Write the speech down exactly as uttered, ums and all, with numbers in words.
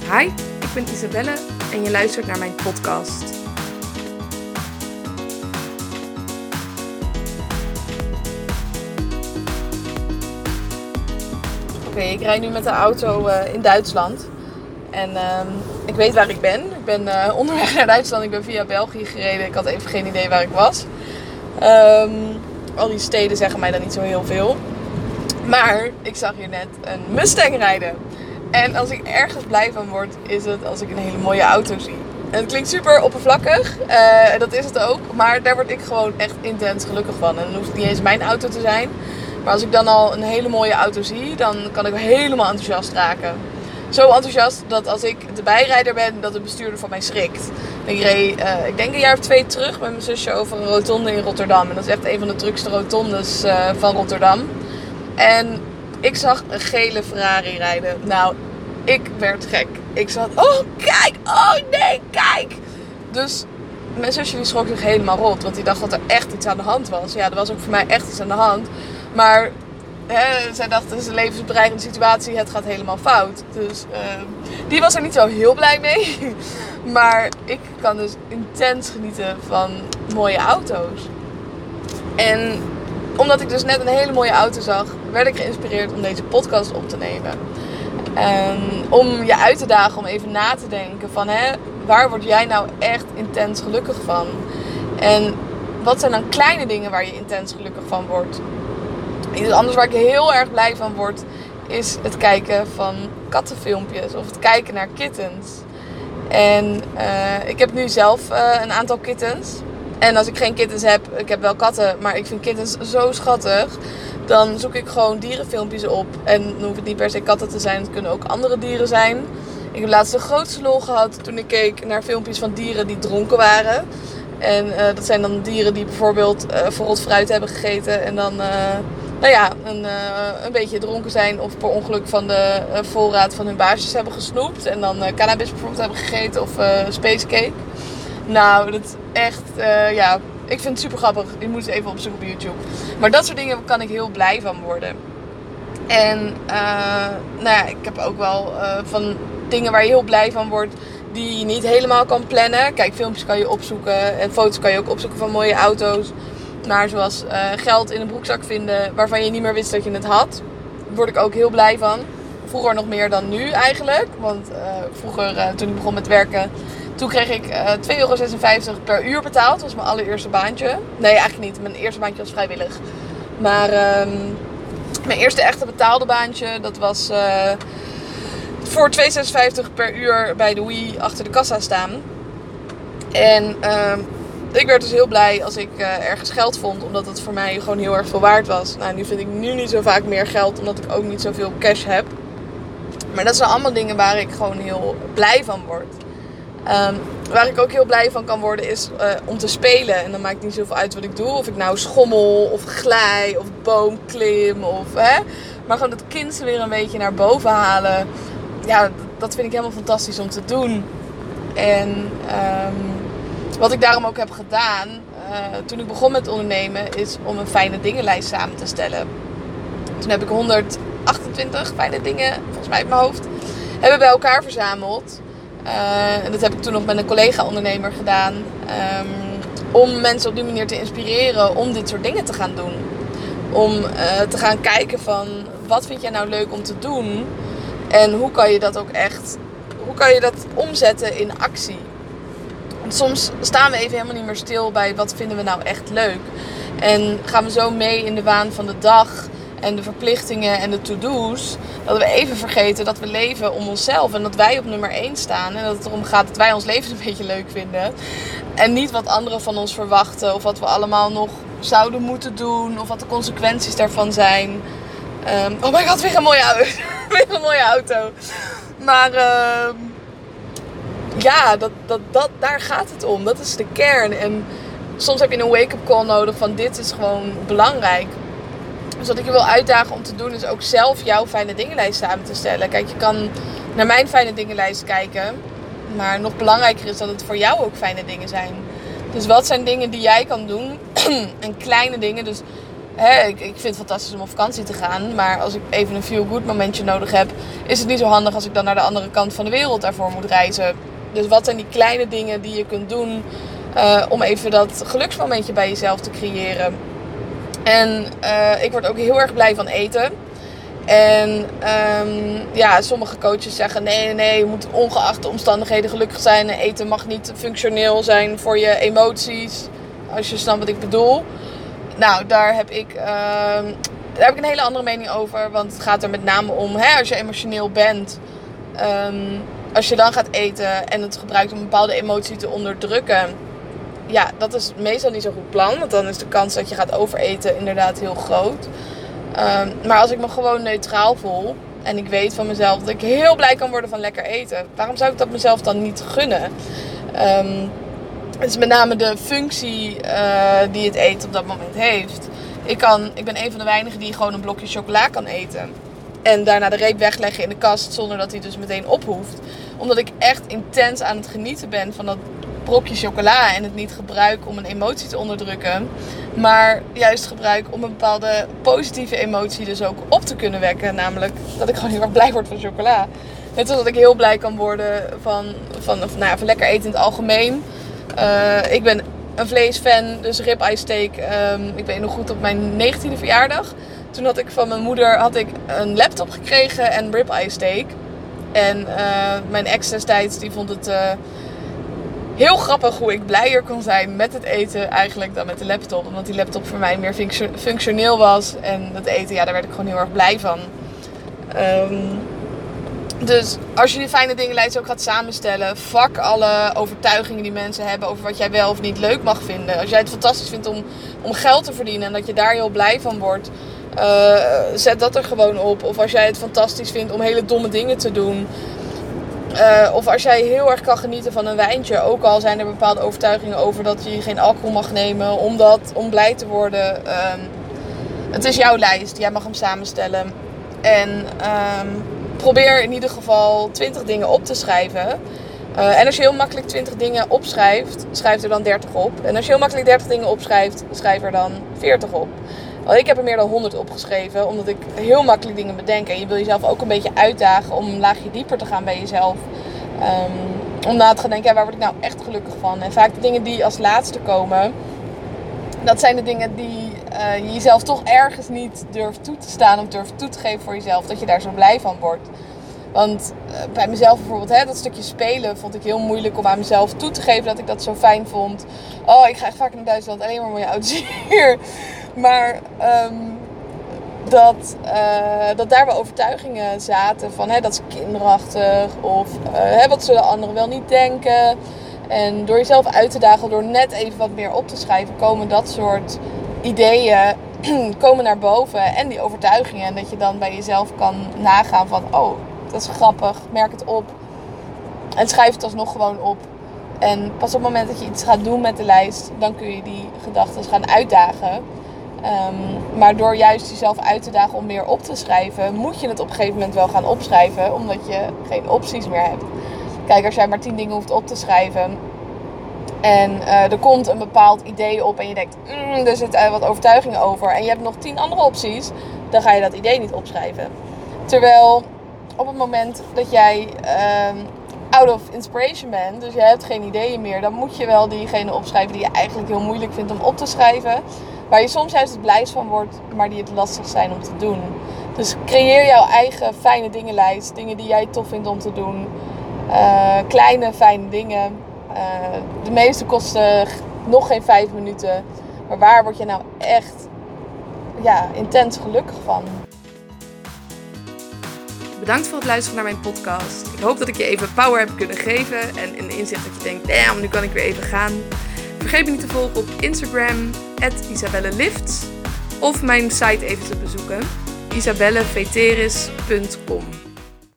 Hi, ik ben Isabelle en je luistert naar mijn podcast. Oké, okay, ik rijd nu met de auto uh, in Duitsland. En uh, ik weet waar ik ben. Ik ben uh, onderweg naar Duitsland. Ik ben via België gereden. Ik had even geen idee waar ik was. Um, al die steden zeggen mij dan niet zo heel veel. Maar ik zag hier net een Mustang rijden. En als ik ergens blij van word, is het als ik een hele mooie auto zie. En het klinkt super oppervlakkig. Uh, dat is het ook. Maar daar word ik gewoon echt intens gelukkig van. En dan hoeft het niet eens mijn auto te zijn. Maar als ik dan al een hele mooie auto zie, dan kan ik helemaal enthousiast raken. Zo enthousiast dat als ik de bijrijder ben, dat de bestuurder van mij schrikt. Ik reed, uh, ik denk een jaar of twee terug met mijn zusje over een rotonde in Rotterdam. En dat is echt een van de drukste rotondes uh, van Rotterdam. En ik zag een gele Ferrari rijden. Nou, ik werd gek. Ik zat, oh kijk, oh nee, kijk. Dus mijn zusje die schrok zich helemaal rot. Want die dacht dat er echt iets aan de hand was. Ja, er was ook voor mij echt iets aan de hand. Maar hè, zij dacht, het is een levensbedreigende situatie. Het gaat helemaal fout. Dus uh, die was er niet zo heel blij mee. Maar ik kan dus intens genieten van mooie auto's. En omdat ik dus net een hele mooie auto zag, werd ik geïnspireerd om deze podcast op te nemen. En om je uit te dagen om even na te denken van, hè, waar word jij nou echt intens gelukkig van? En wat zijn dan kleine dingen waar je intens gelukkig van wordt? Iets anders waar ik heel erg blij van word, is het kijken van kattenfilmpjes of het kijken naar kittens. En uh, ik heb nu zelf uh, een aantal kittens. En als ik geen kittens heb, ik heb wel katten, maar ik vind kittens zo schattig. Dan zoek ik gewoon dierenfilmpjes op. En dan hoeft het niet per se katten te zijn, het kunnen ook andere dieren zijn. Ik heb laatst de grootste lol gehad toen ik keek naar filmpjes van dieren die dronken waren. En uh, dat zijn dan dieren die bijvoorbeeld uh, verrot fruit hebben gegeten. En dan uh, nou ja, een, uh, een beetje dronken zijn of per ongeluk van de uh, voorraad van hun baasjes hebben gesnoept. En dan uh, cannabis bijvoorbeeld hebben gegeten of uh, spacecake. Nou, dat is echt, uh, ja, ik vind het super grappig. Je moet het even opzoeken op YouTube. Maar dat soort dingen kan ik heel blij van worden. En uh, nou ja, ik heb ook wel uh, van dingen waar je heel blij van wordt, die je niet helemaal kan plannen. Kijk, filmpjes kan je opzoeken en foto's kan je ook opzoeken van mooie auto's. Maar zoals uh, geld in een broekzak vinden waarvan je niet meer wist dat je het had, daar word ik ook heel blij van. Vroeger nog meer dan nu eigenlijk. Want uh, vroeger, uh, toen ik begon met werken, toen kreeg ik uh, twee euro zesenvijftig per uur betaald. Dat was mijn allereerste baantje. Nee, eigenlijk niet. Mijn eerste baantje was vrijwillig. Maar um, mijn eerste echte betaalde baantje, dat was uh, voor twee euro zesenvijftig per uur bij de Wii achter de kassa staan. En uh, ik werd dus heel blij als ik uh, ergens geld vond, omdat het voor mij gewoon heel erg veel waard was. Nou, nu vind ik nu niet zo vaak meer geld, omdat ik ook niet zoveel cash heb. Maar dat zijn allemaal dingen waar ik gewoon heel blij van word. Um, waar ik ook heel blij van kan worden is uh, om te spelen. En dan maakt het niet zoveel uit wat ik doe. Of ik nou schommel of glij of boomklim. Of, hè? Maar gewoon dat kind weer een beetje naar boven halen. Ja, dat vind ik helemaal fantastisch om te doen. En um, wat ik daarom ook heb gedaan uh, toen ik begon met ondernemen, is om een fijne dingenlijst samen te stellen. Toen heb ik honderdachtentwintig fijne dingen, volgens mij uit mijn hoofd, hebben bij elkaar verzameld. Uh, en dat heb ik toen nog met een collega-ondernemer gedaan. Um, om mensen op die manier te inspireren om dit soort dingen te gaan doen. Om uh, te gaan kijken van, wat vind jij nou leuk om te doen? En hoe kan je dat ook echt, hoe kan je dat omzetten in actie? Want soms staan we even helemaal niet meer stil bij, wat vinden we nou echt leuk? En gaan we zo mee in de waan van de dag en de verplichtingen en de to-do's, dat we even vergeten dat we leven om onszelf en dat wij op nummer één staan en dat het erom gaat dat wij ons leven een beetje leuk vinden en niet wat anderen van ons verwachten of wat we allemaal nog zouden moeten doen of wat de consequenties daarvan zijn. Um, oh my god, weer een mooie auto. weer een mooie auto. Maar uh, ja, dat, dat, dat, daar gaat het om. Dat is de kern. En soms heb je een wake-up call nodig van, dit is gewoon belangrijk. Dus wat ik je wil uitdagen om te doen, is ook zelf jouw fijne dingenlijst samen te stellen. Kijk, je kan naar mijn fijne dingenlijst kijken. Maar nog belangrijker is dat het voor jou ook fijne dingen zijn. Dus wat zijn dingen die jij kan doen? En kleine dingen. Dus hè, ik, ik vind het fantastisch om op vakantie te gaan. Maar als ik even een feel-good momentje nodig heb, is het niet zo handig als ik dan naar de andere kant van de wereld daarvoor moet reizen. Dus wat zijn die kleine dingen die je kunt doen uh, om even dat geluksmomentje bij jezelf te creëren. En uh, ik word ook heel erg blij van eten. En um, ja, sommige coaches zeggen nee, nee, nee, je moet ongeacht de omstandigheden gelukkig zijn. En eten mag niet functioneel zijn voor je emoties, als je snapt wat ik bedoel. Nou, daar heb ik, uh, daar heb ik een hele andere mening over. Want het gaat er met name om, hè, als je emotioneel bent, um, als je dan gaat eten en het gebruikt om een bepaalde emotie te onderdrukken. Ja, dat is meestal niet zo'n goed plan. Want dan is de kans dat je gaat overeten inderdaad heel groot. Um, maar als ik me gewoon neutraal voel en ik weet van mezelf dat ik heel blij kan worden van lekker eten, waarom zou ik dat mezelf dan niet gunnen? Um, het is met name de functie uh, die het eten op dat moment heeft. Ik, kan, ik ben een van de weinigen die gewoon een blokje chocola kan eten. En daarna de reep wegleggen in de kast zonder dat hij dus meteen op hoeft. Omdat ik echt intens aan het genieten ben van dat brokje chocola en het niet gebruik om een emotie te onderdrukken, maar juist gebruik om een bepaalde positieve emotie dus ook op te kunnen wekken, namelijk dat ik gewoon heel erg blij word van chocola. Net zoals dat ik heel blij kan worden van, van, of, nou ja, van lekker eten in het algemeen. Uh, ik ben een vleesfan, dus ribeye steak. Um, ik weet nog goed op mijn negentiende verjaardag. Toen had ik van mijn moeder had ik een laptop gekregen en ribeye steak. En uh, mijn ex destijds die vond het Uh, heel grappig hoe ik blijer kon zijn met het eten eigenlijk dan met de laptop. Omdat die laptop voor mij meer functioneel was. En het eten, ja, daar werd ik gewoon heel erg blij van. Um, dus als je die fijne dingenlijst ook gaat samenstellen, fuck alle overtuigingen die mensen hebben over wat jij wel of niet leuk mag vinden. Als jij het fantastisch vindt om, om geld te verdienen en dat je daar heel blij van wordt, uh, zet dat er gewoon op. Of als jij het fantastisch vindt om hele domme dingen te doen. Uh, of als jij heel erg kan genieten van een wijntje, ook al zijn er bepaalde overtuigingen over dat je geen alcohol mag nemen omdat, om blij te worden. Um, het is jouw lijst, jij mag hem samenstellen. En um, probeer in ieder geval twintig dingen op te schrijven. Uh, en als je heel makkelijk twintig dingen opschrijft, schrijf er dan dertig op. En als je heel makkelijk dertig dingen opschrijft, schrijf er dan veertig op. Want ik heb er meer dan honderd opgeschreven, omdat ik heel makkelijk dingen bedenk. En je wil jezelf ook een beetje uitdagen om een laagje dieper te gaan bij jezelf. Um, om na te gaan denken, ja, waar word ik nou echt gelukkig van? En vaak de dingen die als laatste komen, dat zijn de dingen die uh, je jezelf toch ergens niet durft toe te staan of durft toe te geven voor jezelf. Dat je daar zo blij van wordt. Want uh, bij mezelf bijvoorbeeld, hè, dat stukje spelen vond ik heel moeilijk om aan mezelf toe te geven dat ik dat zo fijn vond. Oh, ik ga echt vaak naar Duitsland, alleen maar mooie auto's hier. Maar um, dat, uh, dat daar wel overtuigingen zaten van hè, dat is kinderachtig of uh, hè, wat zullen anderen wel niet denken. En door jezelf uit te dagen, door net even wat meer op te schrijven, komen dat soort ideeën komen naar boven. En die overtuigingen. En dat je dan bij jezelf kan nagaan van oh, dat is grappig, merk het op. En schrijf het alsnog gewoon op. En pas op het moment dat je iets gaat doen met de lijst, dan kun je die gedachten gaan uitdagen. Um, maar door juist jezelf uit te dagen om meer op te schrijven, moet je het op een gegeven moment wel gaan opschrijven, omdat je geen opties meer hebt. Kijk, als jij maar tien dingen hoeft op te schrijven en uh, er komt een bepaald idee op en je denkt, mm, er zitten uh, wat overtuigingen over en je hebt nog tien andere opties, dan ga je dat idee niet opschrijven. Terwijl op het moment dat jij um, out of inspiration bent, dus je hebt geen ideeën meer, dan moet je wel diegene opschrijven die je eigenlijk heel moeilijk vindt om op te schrijven. Waar je soms juist het blijst van wordt, maar die het lastig zijn om te doen. Dus creëer jouw eigen fijne dingenlijst. Dingen die jij tof vindt om te doen. Uh, kleine fijne dingen. Uh, de meeste kosten nog geen vijf minuten. Maar waar word je nou echt ja, intens gelukkig van? Bedankt voor het luisteren naar mijn podcast. Ik hoop dat ik je even power heb kunnen geven. En een inzicht dat je denkt, damn, nu kan ik weer even gaan. Vergeet me niet te volgen op Instagram, at isabellelifts. Of mijn site even te bezoeken, isabelleveteris punt com.